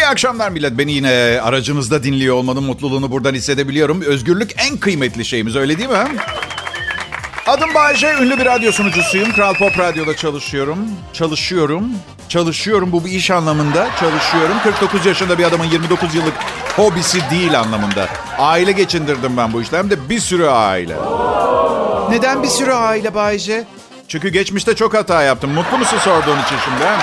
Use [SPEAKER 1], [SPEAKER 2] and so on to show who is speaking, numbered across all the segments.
[SPEAKER 1] akşamlar millet. Beni yine aracınızda dinliyor olmanın mutluluğunu buradan hissedebiliyorum. Özgürlük en kıymetli şeyimiz, öyle değil mi? Adım Bayece, ünlü bir radyo sunucusuyum. Kral Pop Radyo'da çalışıyorum. Bu bir iş anlamında çalışıyorum. 49 yaşında bir adamın 29 yıllık hobisi değil anlamında. Aile geçindirdim ben bu işle. Hem de bir sürü aile. Neden bir sürü aile Bayece? Çünkü geçmişte çok hata yaptım. Mutlu musun sorduğun için şimdi? He?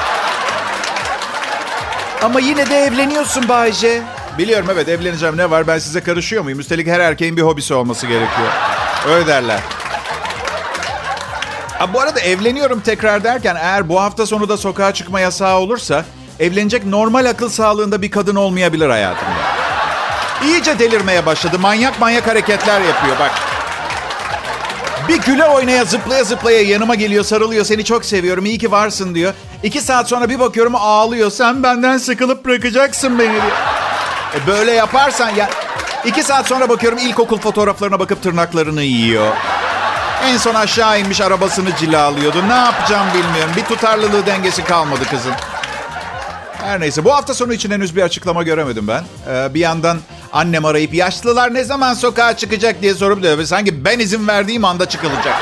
[SPEAKER 1] Ama yine de evleniyorsun Bayece. Biliyorum, evet, evleneceğim. Ne var, ben size karışıyor muyum? Üstelik her erkeğin bir hobisi olması gerekiyor. Öyle derler. Bu arada evleniyorum tekrar derken, eğer bu hafta sonu da sokağa çıkma yasağı olursa evlenecek normal akıl sağlığında bir kadın olmayabilir hayatımda. İyice delirmeye başladı. Manyak hareketler yapıyor bak. Bir güle oynaya, zıplaya zıplaya yanıma geliyor, sarılıyor. Seni çok seviyorum, iyi ki varsın diyor. 2 saat sonra bir bakıyorum ağlıyor. Sen benden sıkılıp bırakacaksın beni diyor. Böyle yaparsan ya... 2 saat sonra bakıyorum ilkokul fotoğraflarına bakıp tırnaklarını yiyor. En son aşağı inmiş, arabasını cilalıyordu. Ne yapacağım bilmiyorum. Bir tutarlılığı, dengesi kalmadı kızın. Her neyse, bu hafta sonu için henüz bir açıklama göremedim ben. Bir yandan annem arayıp yaşlılar ne zaman sokağa çıkacak diye sorup diyor. Sanki ben izin verdiğim anda çıkılacak.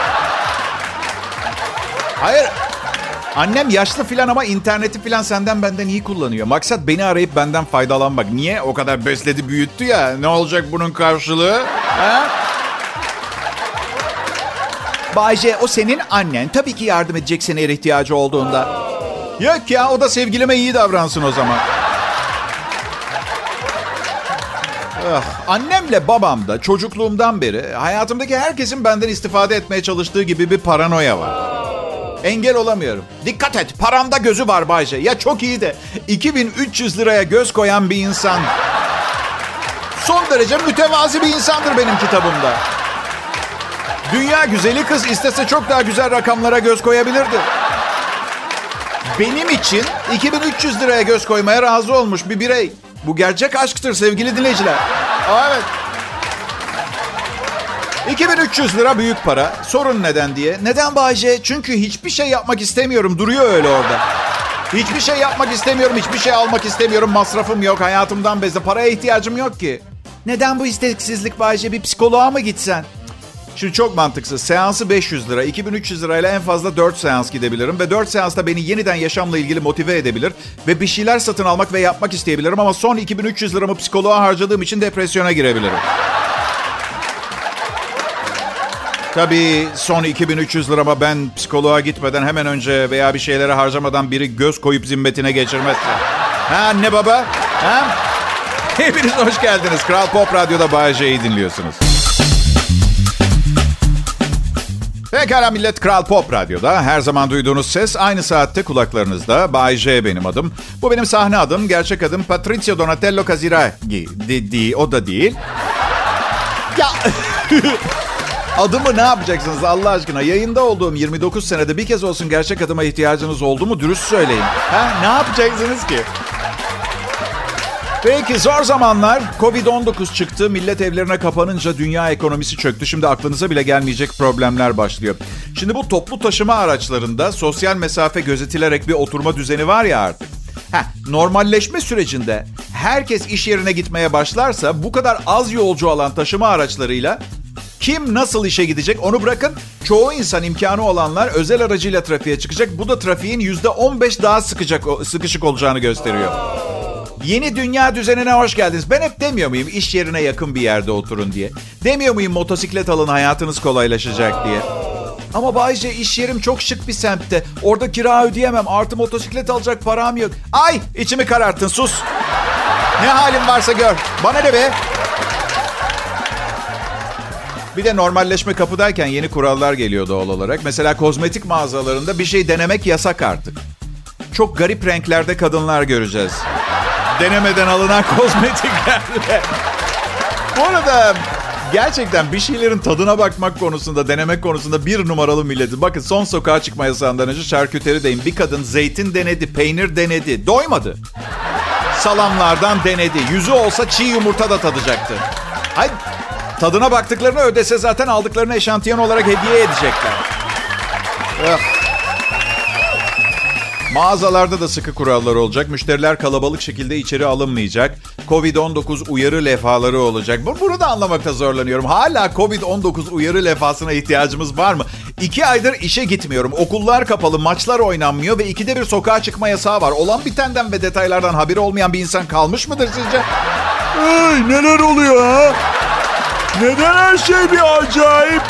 [SPEAKER 1] Hayır. Annem yaşlı filan ama interneti filan senden benden iyi kullanıyor. Maksat beni arayıp benden faydalanmak. Niye? O kadar besledi büyüttü ya. Ne olacak bunun karşılığı? Ha? Bayce, o senin annen. Tabii ki yardım edecek sana eğer ihtiyacı olduğunda. Yok ya, o da sevgilime iyi davransın o zaman. Annemle babamda çocukluğumdan beri hayatımdaki herkesin benden istifade etmeye çalıştığı gibi bir paranoya var. Engel olamıyorum. Dikkat et, paramda gözü var Bayce. Ya çok iyi de 2300 liraya göz koyan bir insan. Son derece mütevazi bir insandır benim kitabımda. Dünya güzeli kız istese çok daha güzel rakamlara göz koyabilirdi. Benim için 2300 liraya göz koymaya razı olmuş bir birey. Bu gerçek aşktır sevgili dinleyiciler. Evet. 2300 lira büyük para. Sorun neden diye. Neden Bayce? Çünkü hiçbir şey yapmak istemiyorum. Duruyor öyle orada. Hiçbir şey yapmak istemiyorum. Hiçbir şey almak istemiyorum. Masrafım yok. Hayatımdan bezdim. Paraya ihtiyacım yok ki. Neden bu isteksizlik Bayce? Bir psikoloğa mı gitsen? Şimdi çok mantıksız. Seansı 500 lira. 2300 lirayla en fazla 4 seans gidebilirim. Ve 4 seansta beni yeniden yaşamla ilgili motive edebilir. Ve bir şeyler satın almak ve yapmak isteyebilirim. Ama son 2300 liramı psikoloğa harcadığım için depresyona girebilirim. Tabii son 2300 lirama ben psikoloğa gitmeden hemen önce veya bir şeylere harcamadan biri göz koyup zimmetine geçirmezse. Ha anne baba? Ha? Hepiniz hoş geldiniz. Kral Pop Radyo'da Bayece'yi dinliyorsunuz. Pekala millet, Kral Pop Radyo'da her zaman duyduğunuz ses aynı saatte kulaklarınızda. Bay J benim adım. Bu benim sahne adım. Gerçek adım Patrizio Donatello Casiraghi. O da değil. Ya adımı ne yapacaksınız Allah aşkına? Yayında olduğum 29 senede bir kez olsun gerçek adıma ihtiyacınız oldu mu? Dürüst söyleyin. Ha, ne yapacaksınız ki? Peki, zor zamanlar. Covid-19 çıktı. Millet evlerine kapanınca dünya ekonomisi çöktü. Şimdi aklınıza bile gelmeyecek problemler başlıyor. Şimdi bu toplu taşıma araçlarında sosyal mesafe gözetilerek bir oturma düzeni var ya artık. Normalleşme sürecinde herkes iş yerine gitmeye başlarsa bu kadar az yolcu alan taşıma araçlarıyla kim nasıl işe gidecek onu bırakın. Çoğu insan, imkanı olanlar özel aracıyla trafiğe çıkacak. Bu da trafiğin %15 daha sıkışık olacağını gösteriyor. Yeni dünya düzenine hoş geldiniz. Ben hep demiyor muyum iş yerine yakın bir yerde oturun diye? Demiyor muyum motosiklet alın hayatınız kolaylaşacak diye? Ama Bayce, iş yerim çok şık bir semtte. Orada kira ödeyemem. Artı motosiklet alacak param yok. Ay, içimi kararttın, sus. Ne halin varsa gör. Bana ne be? Bir de normalleşme kapıdayken yeni kurallar geliyor doğal olarak. Mesela kozmetik mağazalarında bir şey denemek yasak artık. Çok garip renklerde kadınlar göreceğiz. Denemeden alınan kozmetiklerle. Bu arada gerçekten bir şeylerin tadına bakmak konusunda, denemek konusunda bir numaralı milleti. Bakın, son sokağa çıkma yasağından önce şarküterideyim. Bir kadın zeytin denedi, peynir denedi. Doymadı. Salamlardan denedi. Yüzü olsa çiğ yumurta da tadacaktı. Hayır, tadına baktıklarını ödese zaten aldıklarını eşantiyon olarak hediye edecekler. Mağazalarda da sıkı kurallar olacak. Müşteriler kalabalık şekilde içeri alınmayacak. Covid-19 uyarı levhaları olacak. Bunu da anlamakta zorlanıyorum. Hala Covid-19 uyarı levhasına ihtiyacımız var mı? 2 aydır işe gitmiyorum. Okullar kapalı, maçlar oynanmıyor ve 2'de bir sokağa çıkma yasağı var. Olan bitenden ve detaylardan haberi olmayan bir insan kalmış mıdır sizce? Hey, neler oluyor ha? Neden her şey bir acayip?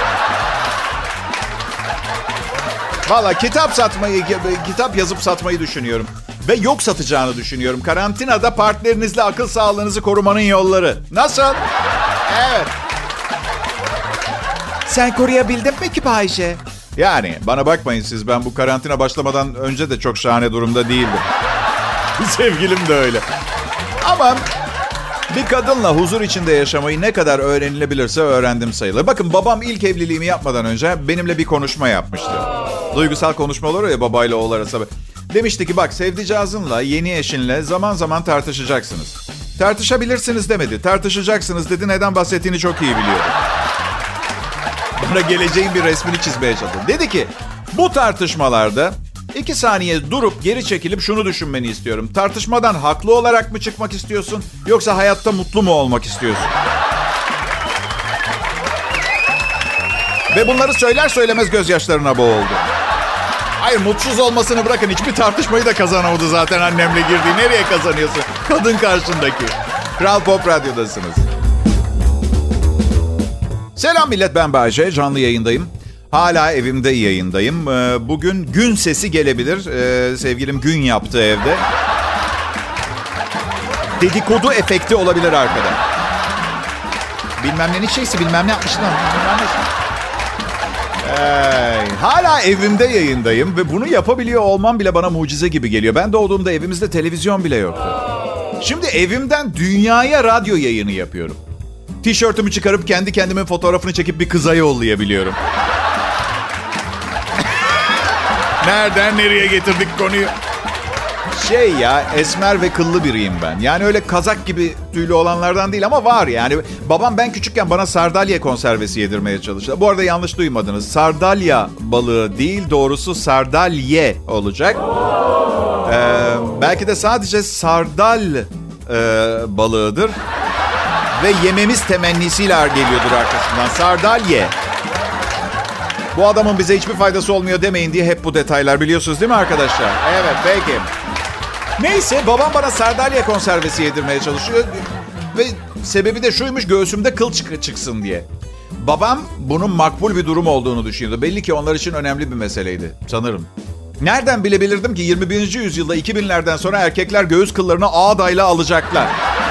[SPEAKER 1] Valla kitap yazıp satmayı düşünüyorum. Ve yok satacağını düşünüyorum. Karantinada partnerinizle akıl sağlığınızı korumanın yolları. Nasıl? Evet. Sen koruyabildin mi ki Bayşe? Yani bana bakmayın siz. Ben bu karantina başlamadan önce de çok şahane durumda değildim. Sevgilim de öyle. Ama bir kadınla huzur içinde yaşamayı ne kadar öğrenilebilirse öğrendim sayılır. Bakın babam ilk evliliğimi yapmadan önce benimle bir konuşma yapmıştı. Duygusal konuşma olur ya babayla oğul arası. Demişti ki bak sevdicağızınla, yeni eşinle zaman zaman tartışacaksınız. Tartışabilirsiniz demedi. Tartışacaksınız dedi. Neden bahsettiğini çok iyi biliyordu. Bana geleceğin bir resmini çizmeye çalıştı. Dedi ki bu tartışmalarda 2 saniye durup geri çekilip şunu düşünmeni istiyorum. Tartışmadan haklı olarak mı çıkmak istiyorsun yoksa hayatta mutlu mu olmak istiyorsun? Ve bunları söyler söylemez gözyaşlarına boğuldu. Hayır mutsuz olmasını bırakın. Hiçbir tartışmayı da kazanamadı zaten annemle girdiği. Nereye kazanıyorsun? Kadın karşındaki. Kral Pop Radyo'dasınız. Selam millet, ben Bayşe. Canlı yayındayım. Hala evimde yayındayım. Bugün gün sesi gelebilir. Sevgilim gün yaptı evde. Dedikodu efekti olabilir arkada. Bilmem ne şeysi bilmem ne yapmışsın. Hala evimde yayındayım ve bunu yapabiliyor olmam bile bana mucize gibi geliyor. Ben doğduğumda evimizde televizyon bile yoktu. Şimdi evimden dünyaya radyo yayını yapıyorum. Tişörtümü çıkarıp kendi kendimin fotoğrafını çekip bir kıza yollayabiliyorum. Nereden nereye getirdik konuyu? Esmer ve kıllı biriyim ben. Yani öyle kazak gibi tüylü olanlardan değil ama var yani. Babam ben küçükken bana sardalya konservesi yedirmeye çalıştı. Bu arada yanlış duymadınız. Sardalya balığı değil, doğrusu sardalye olacak. Belki de sadece sardal balığıdır. Ve yememiz temennisiyle geliyordur arkasından. Sardalye. Bu adamın bize hiçbir faydası olmuyor demeyin diye hep bu detaylar, biliyorsunuz değil mi arkadaşlar? Evet, peki. Neyse, babam bana sardalya konservesi yedirmeye çalışıyor. Ve sebebi de şuymuş, göğsümde kıl çıksın diye. Babam bunun makbul bir durum olduğunu düşünüyordu. Belli ki onlar için önemli bir meseleydi sanırım. Nereden bilebilirdim ki 21. yüzyılda 2000'lerden sonra erkekler göğüs kıllarını ağdayla alacaklar.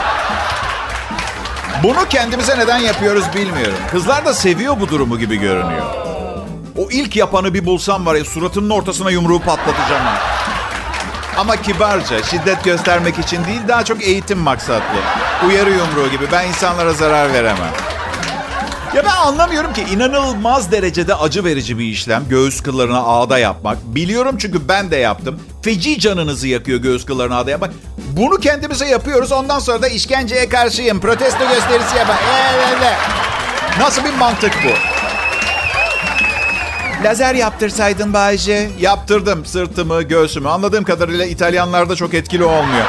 [SPEAKER 1] Bunu kendimize neden yapıyoruz bilmiyorum. Kızlar da seviyor bu durumu gibi görünüyor. O ilk yapanı bir bulsam var ya, suratının ortasına yumruğu patlatacağım. Ama kibarca, şiddet göstermek için değil, daha çok eğitim maksatlı. Uyarı yumruğu gibi. Ben insanlara zarar veremem. Ya ben anlamıyorum ki, inanılmaz derecede acı verici bir işlem göğüs kıllarına ağda yapmak. Biliyorum çünkü ben de yaptım. Feci canınızı yakıyor göğüs kıllarına ağda yapmak. Bunu kendimize yapıyoruz, ondan sonra da işkenceye karşıyım, protesto gösterisi yapmak. Nasıl bir mantık bu? Lazer yaptırsaydın Bayce. Yaptırdım sırtımı, göğsümü. Anladığım kadarıyla İtalyanlarda çok etkili olmuyor.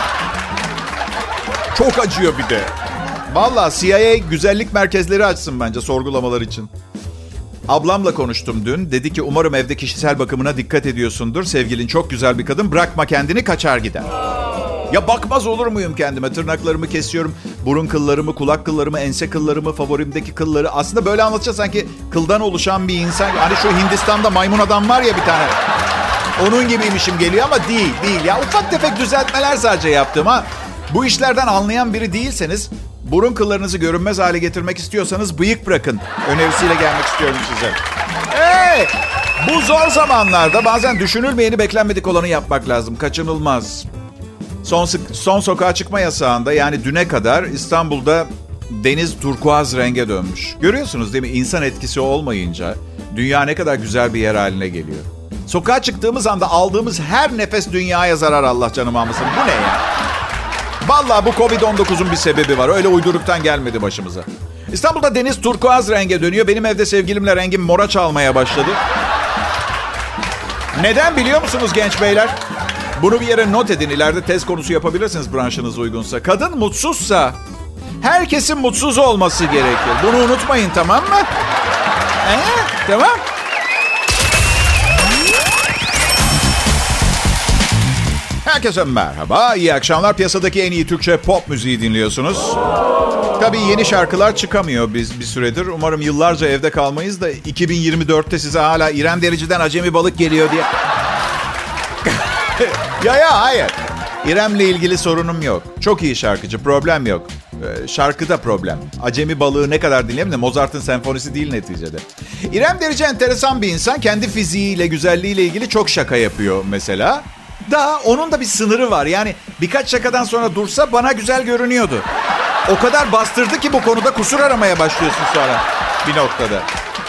[SPEAKER 1] Çok acıyor bir de. Vallahi CIA güzellik merkezleri açsın bence sorgulamalar için. Ablamla konuştum dün. Dedi ki umarım evde kişisel bakımına dikkat ediyorsundur. Sevgilin çok güzel bir kadın. Bırakma kendini, kaçar gider. Ya bakmaz olur muyum kendime? Tırnaklarımı kesiyorum. Burun kıllarımı, kulak kıllarımı, ense kıllarımı, favorimdeki kılları. Aslında böyle anlatacağız sanki kıldan oluşan bir insan. Hani şu Hindistan'da maymun adam var ya bir tane. Onun gibiymişim geliyor ama değil. Ya ufak tefek düzeltmeler sadece yaptım ha. Bu işlerden anlayan biri değilseniz, burun kıllarınızı görünmez hale getirmek istiyorsanız bıyık bırakın önerisiyle gelmek istiyorum size. Bu zor zamanlarda bazen düşünülmeyeni, beklenmedik olanı yapmak lazım. Kaçınılmaz. Son sokağa çıkma yasağında, yani düne kadar İstanbul'da deniz turkuaz renge dönmüş. Görüyorsunuz değil mi? İnsan etkisi olmayınca dünya ne kadar güzel bir yer haline geliyor. Sokağa çıktığımız anda aldığımız her nefes dünyaya zarar, Allah canımı almasın. Bu ne ya? Vallahi bu Covid-19'un bir sebebi var. Öyle uyduruktan gelmedi başımıza. İstanbul'da deniz turkuaz renge dönüyor. Benim evde sevgilimle rengim mora çalmaya başladı. Neden biliyor musunuz genç beyler? Bunu bir yere not edin. İleride tez konusu yapabilirsiniz branşınız uygunsa. Kadın mutsuzsa herkesin mutsuz olması gerekir. Bunu unutmayın, tamam mı? Tamam. Herkese merhaba, iyi akşamlar. Piyasadaki en iyi Türkçe pop müziği dinliyorsunuz. Tabii yeni şarkılar çıkamıyor bir süredir. Umarım yıllarca evde kalmayız da 2024'te size hala İrem Derici'den Acemi Balık geliyor diye. Hayır. İrem'le ilgili sorunum yok. Çok iyi şarkıcı, problem yok. Şarkıda problem. Acemi Balığı ne kadar dinleyelim de Mozart'ın senfonisi değil neticede. İrem Derici enteresan bir insan. Kendi fiziğiyle, güzelliğiyle ilgili çok şaka yapıyor mesela. Daha onun da bir sınırı var. Yani birkaç şakadan sonra dursa bana güzel görünüyordu. O kadar bastırdı ki bu konuda kusur aramaya başlıyorsun sonra bir noktada.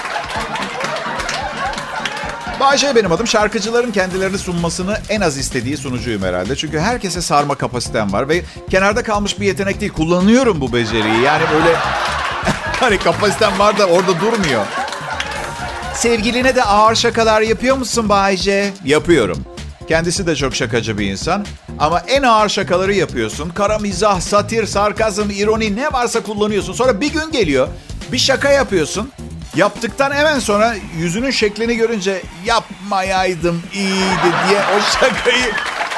[SPEAKER 1] Bayce benim adım. Şarkıcıların kendilerini sunmasını en az istediği sunucuyum herhalde. Çünkü herkese sarma kapasitem var ve kenarda kalmış bir yetenek değil. Kullanıyorum bu beceriyi. Yani böyle hani kapasitem var da orada durmuyor. Sevgiline de ağır şakalar yapıyor musun Bayce? Yapıyorum. Kendisi de çok şakacı bir insan. Ama en ağır şakaları yapıyorsun. Kara mizah, satir, sarkazm, ironi ne varsa kullanıyorsun. Sonra bir gün geliyor, bir şaka yapıyorsun. Yaptıktan hemen sonra yüzünün şeklini görünce yapmayaydım iyiydi diye o şakayı...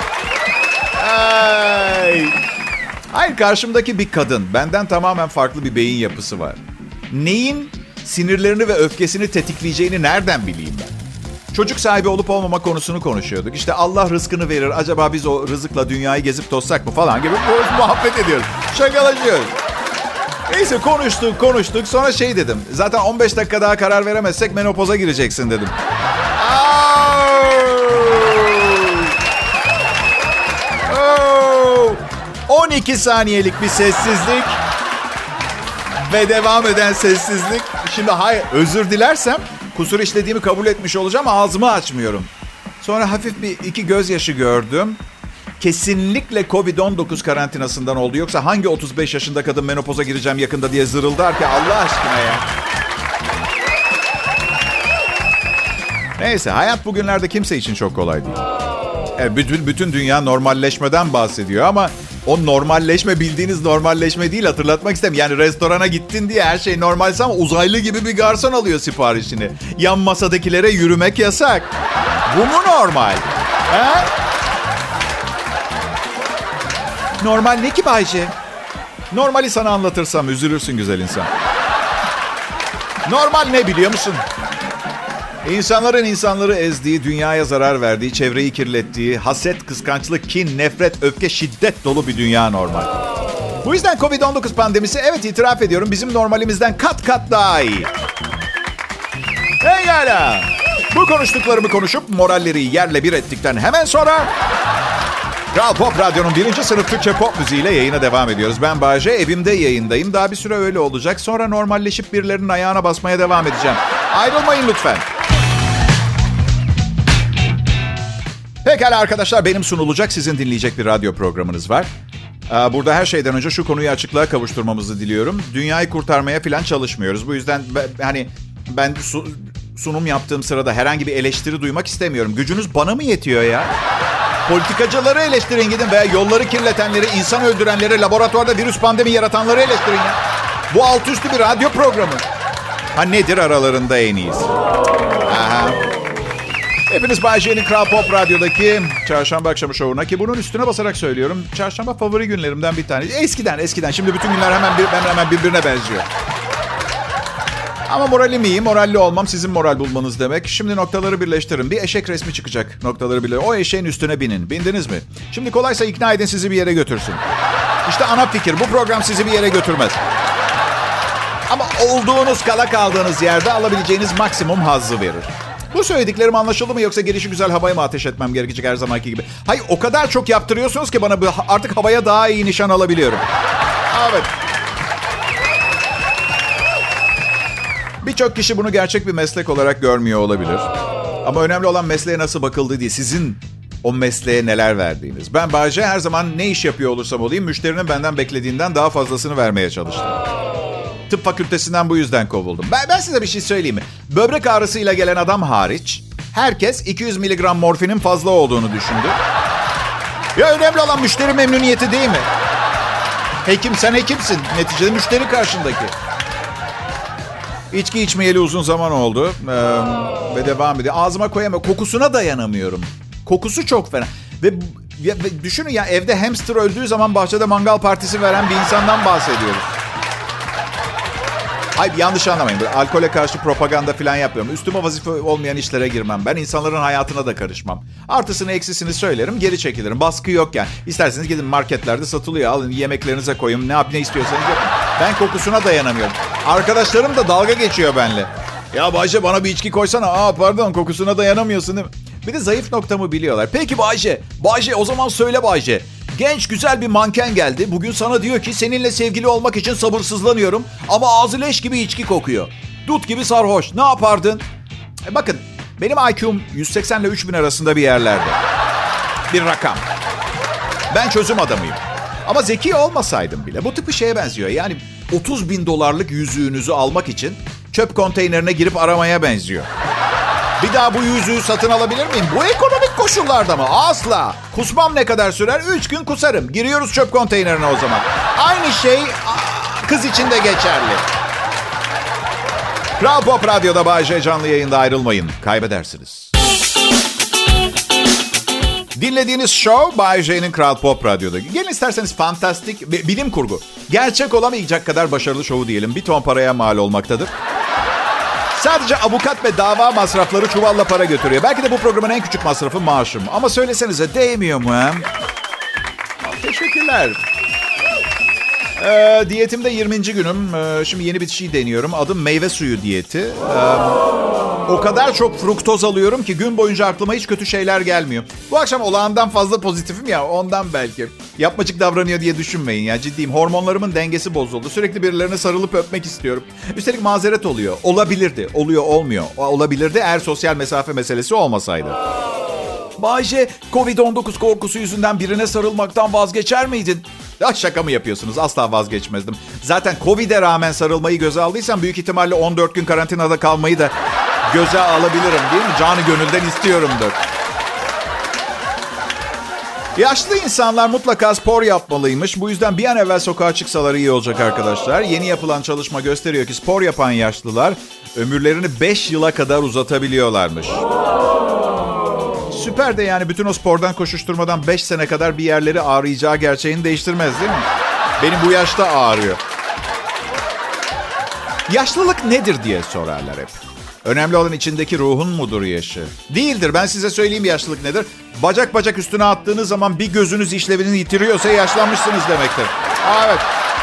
[SPEAKER 1] Hayır, karşımdaki bir kadın. Benden tamamen farklı bir beyin yapısı var. Neyin sinirlerini ve öfkesini tetikleyeceğini nereden bileyim ben? Çocuk sahibi olup olmama konusunu konuşuyorduk. İşte Allah rızkını verir. Acaba biz o rızıkla dünyayı gezip tozsak mı falan gibi muhabbet ediyoruz. Şakalaşıyoruz. Neyse konuştuk. Sonra şey dedim. Zaten 15 dakika daha karar veremezsek menopoza gireceksin dedim. 12 saniyelik bir sessizlik. Ve devam eden sessizlik. Şimdi hayır, özür dilersem kusur işlediğimi kabul etmiş olacağım. Ağzımı açmıyorum. Sonra hafif iki gözyaşı gördüm. Kesinlikle Covid-19 karantinasından oldu. Yoksa hangi 35 yaşında kadın menopoza gireceğim yakında diye zırıldar ki Allah aşkına ya. Neyse, hayat bugünlerde kimse için çok kolay değil. Bütün dünya normalleşmeden bahsediyor ama o normalleşme bildiğiniz normalleşme değil, hatırlatmak istem. Yani restorana gittin diye her şey normalse ama uzaylı gibi bir garson alıyor siparişini. Yan masadakilere yürümek yasak. Bu mu normal? He? Normal ne ki Bayce? Normali sana anlatırsam üzülürsün güzel insan. Normal ne biliyor musun? İnsanların insanları ezdiği, dünyaya zarar verdiği, çevreyi kirlettiği, haset, kıskançlık, kin, nefret, öfke, şiddet dolu bir dünya normal. Bu yüzden Covid-19 pandemisi, evet itiraf ediyorum, bizim normalimizden kat kat daha iyi. Pekala. Bu konuştuklarımı konuşup moralleri yerle bir ettikten hemen sonra... Kral Pop Radyo'nun 1. sınıf Türkçe pop müziğiyle yayına devam ediyoruz. Ben Bayce, evimde yayındayım. Daha bir süre öyle olacak. Sonra normalleşip birilerinin ayağına basmaya devam edeceğim. Ayrılmayın lütfen. Pekala arkadaşlar, benim sunulacak, sizin dinleyecek bir radyo programınız var. Burada her şeyden önce şu konuyu açıklığa kavuşturmamızı diliyorum. Dünyayı kurtarmaya falan çalışmıyoruz. Bu yüzden ben sunum yaptığım sırada herhangi bir eleştiri duymak istemiyorum. Gücünüz bana mı yetiyor ya? Politikacıları eleştirin gidin veya yolları kirletenleri, insan öldürenleri, laboratuvarda virüs pandemi yaratanları eleştirin ya. Bu alt üstü bir radyo programı. Ha nedir aralarında en iyisi? Aha. Hepiniz Bay J'nin Kral Pop Radyo'daki Çarşamba akşamı şovuna, ki bunun üstüne basarak söylüyorum. Çarşamba favori günlerimden bir tanesi. Eskiden. Şimdi bütün günler hemen birbirine benziyor. Ama moralim iyi. Moralli olmam sizin moral bulmanız demek. Şimdi noktaları birleştirin. Bir eşek resmi çıkacak. Noktaları birleştirin. O eşeğin üstüne binin. Bindiniz mi? Şimdi kolaysa ikna edin, sizi bir yere götürsün. İşte ana fikir. Bu program sizi bir yere götürmez. Ama olduğunuz, kaldığınız yerde alabileceğiniz maksimum hazzı verir. Bu söylediklerim anlaşıldı mı, yoksa gelişi güzel havaya mı ateş etmem gerekecek her zamanki gibi? Hayır, o kadar çok yaptırıyorsunuz ki bana artık havaya daha iyi nişan alabiliyorum. Evet. Birçok kişi bunu gerçek bir meslek olarak görmüyor olabilir. Ama önemli olan mesleğe nasıl bakıldığı değil, sizin o mesleğe neler verdiğiniz. Ben Bayce her zaman ne iş yapıyor olursam olayım, müşterinin benden beklediğinden daha fazlasını vermeye çalıştım. Tıp fakültesinden bu yüzden kovuldum. Ben size bir şey söyleyeyim mi? Böbrek ağrısıyla gelen adam hariç, Herkes 200 miligram morfinin fazla olduğunu düşündü. Ya önemli olan müşteri memnuniyeti değil mi? Hekim, sen hekimsin. Neticede müşteri karşındaki. İçki içmeyeli uzun zaman oldu. Ve devam ediyor. Ağzıma koyamıyorum. Kokusuna dayanamıyorum. Kokusu çok fena. Ve düşünün ya, evde hamster öldüğü zaman bahçede mangal partisi veren bir insandan bahsediyoruz. Hayır, yanlış anlamayın. Böyle alkole karşı propaganda falan yapıyorum. Üstüme vazife olmayan işlere girmem. Ben insanların hayatına da karışmam. Artısını eksisini söylerim, geri çekilirim. Baskı yok yani. İsterseniz gidin, marketlerde satılıyor. Alın, yemeklerinize koyun. Ne istiyorsanız yapın. Ben kokusuna dayanamıyorum. Arkadaşlarım da dalga geçiyor benimle. Ya Bayce, bana bir içki koysana. Pardon, kokusuna dayanamıyorsun değil mi? Bir de zayıf noktamı biliyorlar. Peki Bayce o zaman söyle Bayce. Genç güzel bir manken geldi. Bugün sana diyor ki seninle sevgili olmak için sabırsızlanıyorum. Ama ağzı leş gibi içki kokuyor. Dut gibi sarhoş. Ne yapardın? Bakın, benim IQ'm 180 ile 3000 arasında bir yerlerde. Bir rakam. Ben çözüm adamıyım. Ama zeki olmasaydım bile bu tipi şeye benziyor. Yani $30.000 yüzüğünüzü almak için çöp konteynerine girip aramaya benziyor. Bir daha bu yüzüğü satın alabilir miyim? Bu ekonomik koşullarda mı? Asla. Kusmam ne kadar sürer? 3 gün kusarım. Giriyoruz çöp konteynerine o zaman. Aynı şey kız için de geçerli. Kral Pop Radyo'da Bay J canlı yayında, ayrılmayın. Kaybedersiniz. Dinlediğiniz show Bay J'nin Kral Pop Radyo'da. Gelin isterseniz fantastik, bilim kurgu, gerçek olamayacak kadar başarılı şovu diyelim. Bir ton paraya mal olmaktadır. Sadece avukat ve dava masrafları çuvalla para götürüyor. Belki de bu programın en küçük masrafı maaşım. Ama söylesenize, değmiyor mu hem? Teşekkürler. Diyetimde 20. günüm. Şimdi yeni bir şey deniyorum. Adım meyve suyu diyeti. O kadar çok fruktoz alıyorum ki gün boyunca aklıma hiç kötü şeyler gelmiyor. Bu akşam olağandan fazla pozitifim ya, ondan belki. Yapmacık davranıyor diye düşünmeyin ya, ciddiyim. Hormonlarımın dengesi bozuldu. Sürekli birilerine sarılıp öpmek istiyorum. Üstelik mazeret oluyor. Olabilirdi. Oluyor, olmuyor. Olabilirdi eğer sosyal mesafe meselesi olmasaydı. Bayce, Covid-19 korkusu yüzünden birine sarılmaktan vazgeçer miydin? Ya şaka mı yapıyorsunuz? Asla vazgeçmezdim. Zaten Covid'e rağmen sarılmayı göze aldıysam büyük ihtimalle 14 gün karantinada kalmayı da göze alabilirim, değil mi? Canı gönülden istiyorumdur. Yaşlı insanlar mutlaka spor yapmalıymış. Bu yüzden bir an evvel sokağa çıksalar iyi olacak arkadaşlar. Yeni yapılan çalışma gösteriyor ki spor yapan yaşlılar ömürlerini 5 yıla kadar uzatabiliyorlarmış. Süper de yani, bütün o spordan koşuşturmadan 5 sene kadar bir yerleri ağrıyacağı gerçeğini değiştirmez, değil mi? Benim bu yaşta ağrıyor. Yaşlılık nedir diye sorarlar hep. Önemli olan içindeki ruhun mudur yaşı? Değildir. Ben size söyleyeyim yaşlılık nedir. Bacak üstüne attığınız zaman bir gözünüz işlevini yitiriyorsa yaşlanmışsınız demektir. Evet.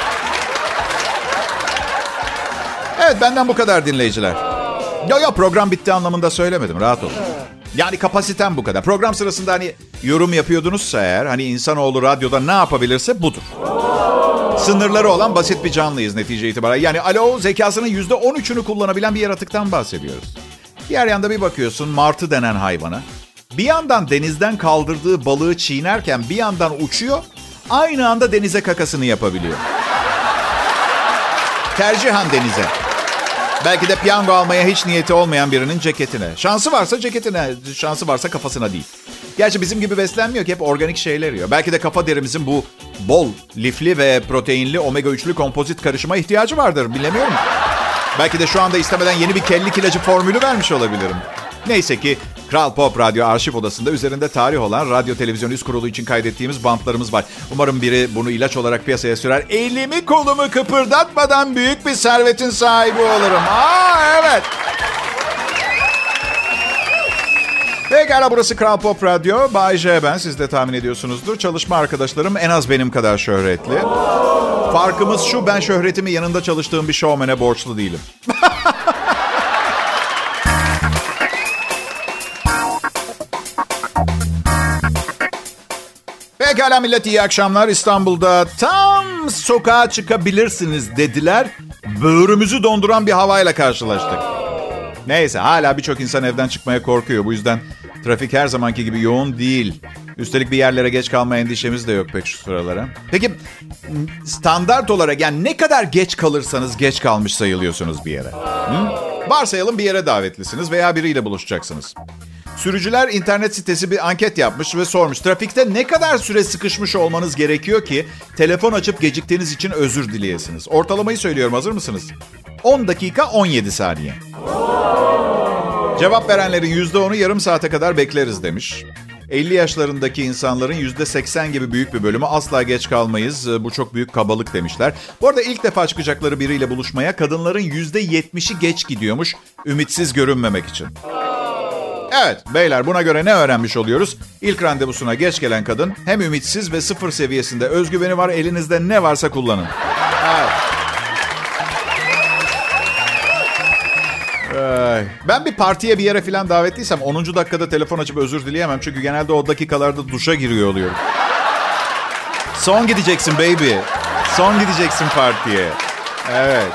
[SPEAKER 1] Evet, benden bu kadar dinleyiciler. Ya program bitti anlamında söylemedim. Rahat olun. Yani kapasitem bu kadar. Program sırasında hani yorum yapıyordunuzsa eğer, hani insanoğlu radyoda ne yapabilirse budur. Sınırları olan basit bir canlıyız netice itibariyle. Yani alo, zekasının %13'ünü kullanabilen bir yaratıktan bahsediyoruz. Diğer yanda bir bakıyorsun martı denen hayvana. Bir yandan denizden kaldırdığı balığı çiğnerken bir yandan uçuyor. Aynı anda denize kakasını yapabiliyor. Tercihen denize. Belki de piyango almaya hiç niyeti olmayan birinin ceketine. Şansı varsa ceketine, şansı varsa kafasına değil. Gerçi bizim gibi beslenmiyor ki, hep organik şeyler yiyor. Belki de kafa derimizin bu bol lifli ve proteinli omega 3'lü kompozit karışıma ihtiyacı vardır, bilemiyorum. Belki de şu anda istemeden yeni bir kellik ilacı formülü vermiş olabilirim. Neyse ki Kral Pop Radyo arşiv odasında üzerinde tarih olan Radyo Televizyon Üst Kurulu için kaydettiğimiz bantlarımız var. Umarım biri bunu ilaç olarak piyasaya sürer. Elimi kolumu kıpırdatmadan büyük bir servetin sahibi olurum. Evet. Pekala, burası Kral Pop Radyo. Bay J ben, siz de tahmin ediyorsunuzdur. Çalışma arkadaşlarım en az benim kadar şöhretli. Farkımız şu, ben şöhretimi yanında çalıştığım bir şovmene borçlu değilim. Pekala millet, iyi akşamlar. İstanbul'da tam sokağa çıkabilirsiniz dediler. Böğrümüzü donduran bir havayla karşılaştık. Neyse, hala birçok insan evden çıkmaya korkuyor. Bu yüzden trafik her zamanki gibi yoğun değil. Üstelik bir yerlere geç kalma endişemiz de yok pek şu sıralara. Peki standart olarak yani ne kadar geç kalırsanız geç kalmış sayılıyorsunuz bir yere? Varsayalım bir yere davetlisiniz veya biriyle buluşacaksınız. Sürücüler internet sitesi bir anket yapmış ve sormuş. Trafikte ne kadar süre sıkışmış olmanız gerekiyor ki telefon açıp geciktiğiniz için özür dileyesiniz? Ortalamayı söylüyorum, hazır mısınız? 10 dakika 17 saniye. Cevap verenlerin %10'u yarım saate kadar bekleriz demiş. 50 yaşlarındaki insanların %80 gibi büyük bir bölümü asla geç kalmayız. Bu çok büyük kabalık demişler. Bu arada ilk defa çıkacakları biriyle buluşmaya kadınların %70'i geç gidiyormuş. Ümitsiz görünmemek için. Evet beyler, buna göre ne öğrenmiş oluyoruz? İlk randevusuna geç gelen kadın hem ümitsiz ve sıfır seviyesinde özgüveni var. Elinizde ne varsa kullanın. Evet. Ben bir partiye bir yere falan davetliysem 10. dakikada telefon açıp özür dileyemem. Çünkü genelde o dakikalarda duşa giriyor oluyorum. Son gideceksin baby. Son gideceksin partiye. Evet.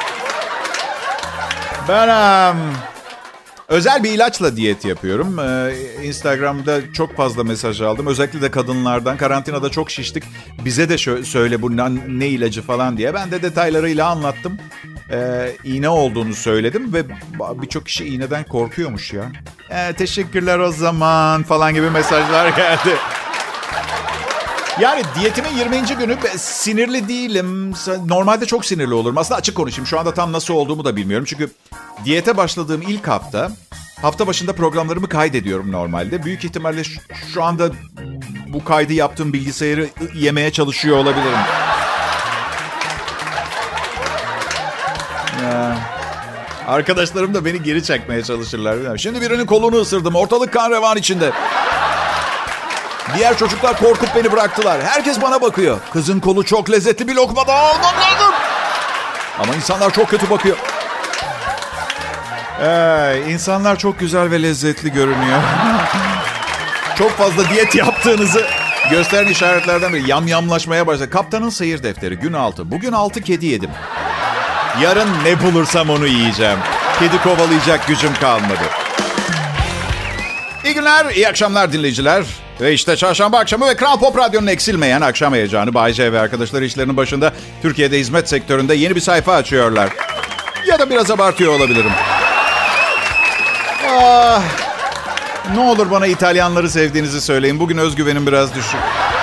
[SPEAKER 1] Ben özel bir ilaçla diyet yapıyorum. Instagram'da çok fazla mesaj aldım. Özellikle de kadınlardan. Karantinada çok şiştik. Bize de söyle bu ne ilacı falan diye. Ben de detaylarıyla anlattım. İğne olduğunu söyledim ve birçok kişi iğneden korkuyormuş ya. Teşekkürler o zaman falan gibi mesajlar geldi. Yani diyetimin 20. günü, sinirli değilim. Normalde çok sinirli olurum. Aslında açık konuşayım, şu anda tam nasıl olduğumu da bilmiyorum. Çünkü diyete başladığım ilk hafta başında programlarımı kaydediyorum normalde. Büyük ihtimalle şu anda bu kaydı yaptığım bilgisayarı yemeye çalışıyor olabilirim. Arkadaşlarım da beni geri çekmeye çalışırlar. Şimdi birinin kolunu ısırdım. Ortalık kan revan içinde. Diğer çocuklar korkup beni bıraktılar. Herkes bana bakıyor. Kızın kolu çok lezzetli, bir lokma daha almam lazım. Ama insanlar çok kötü bakıyor. İnsanlar çok güzel ve lezzetli görünüyor. Çok fazla diyet yaptığınızı gösteren işaretlerden biri. Yamyamlaşmaya başladı. Kaptanın seyir defteri gün 6. Bugün 6 kedi yedim. Yarın ne bulursam onu yiyeceğim. Kedi kovalayacak gücüm kalmadı. İyi günler, iyi akşamlar dinleyiciler. Ve işte çarşamba akşamı ve Kral Pop Radyo'nun eksilmeyen akşam heyecanı. Bay J ve arkadaşları işlerinin başında Türkiye'de hizmet sektöründe yeni bir sayfa açıyorlar. Ya da biraz abartıyor olabilirim. Ne olur bana İtalyanları sevdiğinizi söyleyin. Bugün özgüvenim biraz düşük.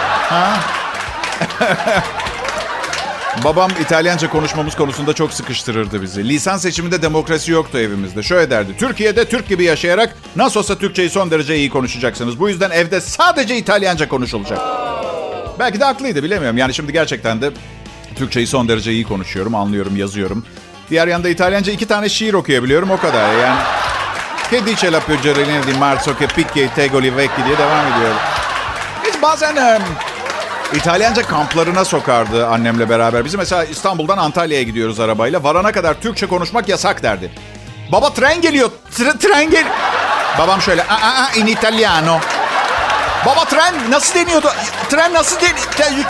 [SPEAKER 1] Babam İtalyanca konuşmamız konusunda çok sıkıştırırdı bizi. Lisan seçiminde demokrasi yoktu evimizde. Şöyle derdi: Türkiye'de Türk gibi yaşayarak nasıl olsa Türkçeyi son derece iyi konuşacaksınız. Bu yüzden evde sadece İtalyanca konuşulacak. Belki de haklıydı, bilemiyorum. Yani şimdi gerçekten de Türkçeyi son derece iyi konuşuyorum, anlıyorum, yazıyorum. Diğer yanda İtalyanca 2 tane şiir okuyabiliyorum, o kadar. Yani Che dice la pioggerellina di marzo che picchia i tegoli vecchi diye devam ediyorum. Biz bazen İtalyanca kamplarına sokardı annemle beraber. Biz mesela İstanbul'dan Antalya'ya gidiyoruz arabayla. Varana kadar Türkçe konuşmak yasak derdi. Baba tren geliyor. Tren gel. Babam şöyle in italiano. Baba tren nasıl deniyordu? Tren nasıl deniyor?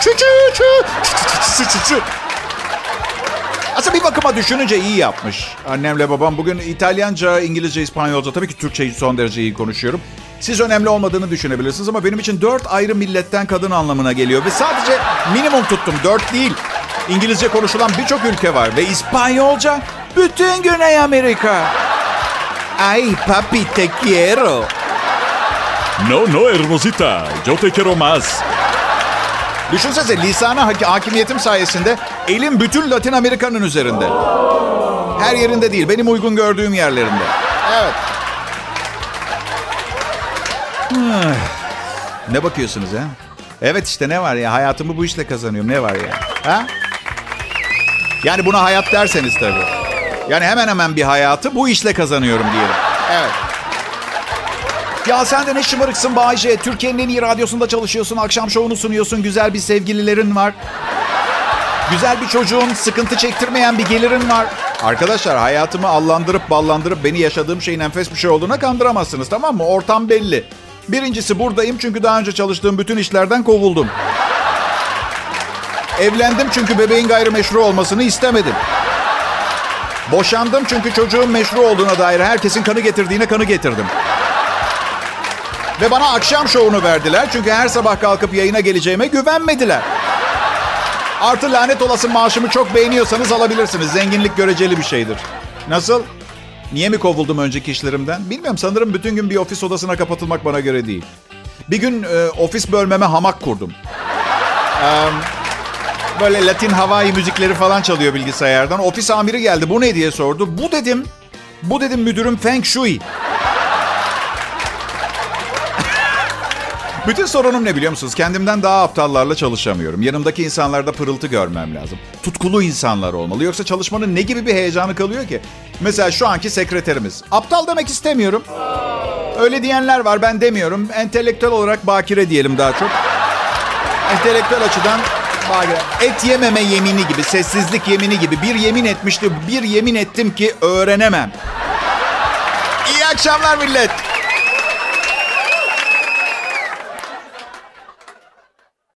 [SPEAKER 1] Aslında bir bakıma düşününce iyi yapmış annemle babam. Bugün İtalyanca, İngilizce, İspanyolca, tabii ki Türkçeyi son derece iyi konuşuyorum. Siz önemli olmadığını düşünebilirsiniz ama benim için 4 ayrı milletten kadın anlamına geliyor. Ve sadece minimum tuttum, 4 değil. İngilizce konuşulan birçok ülke var. Ve İspanyolca bütün Güney Amerika. Ay papi te quiero.
[SPEAKER 2] No hermosita, yo te quiero más.
[SPEAKER 1] Düşünsene, lisana hakimiyetim sayesinde elim bütün Latin Amerika'nın üzerinde. Her yerinde değil, benim uygun gördüğüm yerlerinde. Evet. Ne bakıyorsunuz ha? Evet işte, ne var ya? Hayatımı bu işle kazanıyorum. Ne var ya? Ha? Yani buna hayat derseniz tabii. Yani hemen hemen bir hayatı bu işle kazanıyorum diyelim. Evet. Ya sen de ne şımarıksın Bayce. Türkiye'nin en iyi radyosunda çalışıyorsun. Akşam şovunu sunuyorsun. Güzel bir sevgililerin var. Güzel bir çocuğun, sıkıntı çektirmeyen bir gelirin var. Arkadaşlar, hayatımı allandırıp ballandırıp beni yaşadığım şeyin enfes bir şey olduğuna kandıramazsınız, tamam mı? Ortam belli. Birincisi, buradayım çünkü daha önce çalıştığım bütün işlerden kovuldum. Evlendim çünkü bebeğin gayrimeşru olmasını istemedim. Boşandım çünkü çocuğun meşru olduğuna dair herkesin kanı getirdiğine kanı getirdim. Ve bana akşam şovunu verdiler çünkü her sabah kalkıp yayına geleceğime güvenmediler. Artı lanet olası maaşımı çok beğeniyorsanız alabilirsiniz. Zenginlik göreceli bir şeydir. Nasıl? Niye mi kovuldum önceki işlerimden? Bilmiyorum, sanırım bütün gün bir ofis odasına kapatılmak bana göre değil. Bir gün ofis bölmeme hamak kurdum. Böyle Latin Hawaii müzikleri falan çalıyor bilgisayardan. Ofis amiri geldi. Bu ne diye sordu. Bu dedim müdürüm Feng Shui. Bütün sorunum ne biliyor musunuz? Kendimden daha aptallarla çalışamıyorum. Yanımdaki insanlarda pırıltı görmem lazım. Tutkulu insanlar olmalı. Yoksa çalışmanın ne gibi bir heyecanı kalıyor ki? Mesela şu anki sekreterimiz. Aptal demek istemiyorum. Öyle diyenler var, ben demiyorum. Entelektüel olarak bakire diyelim daha çok. Entelektüel açıdan bakire. Et yememe yemini gibi, sessizlik yemini gibi bir yemin etmişti. Bir yemin ettim ki öğrenemem. İyi akşamlar millet.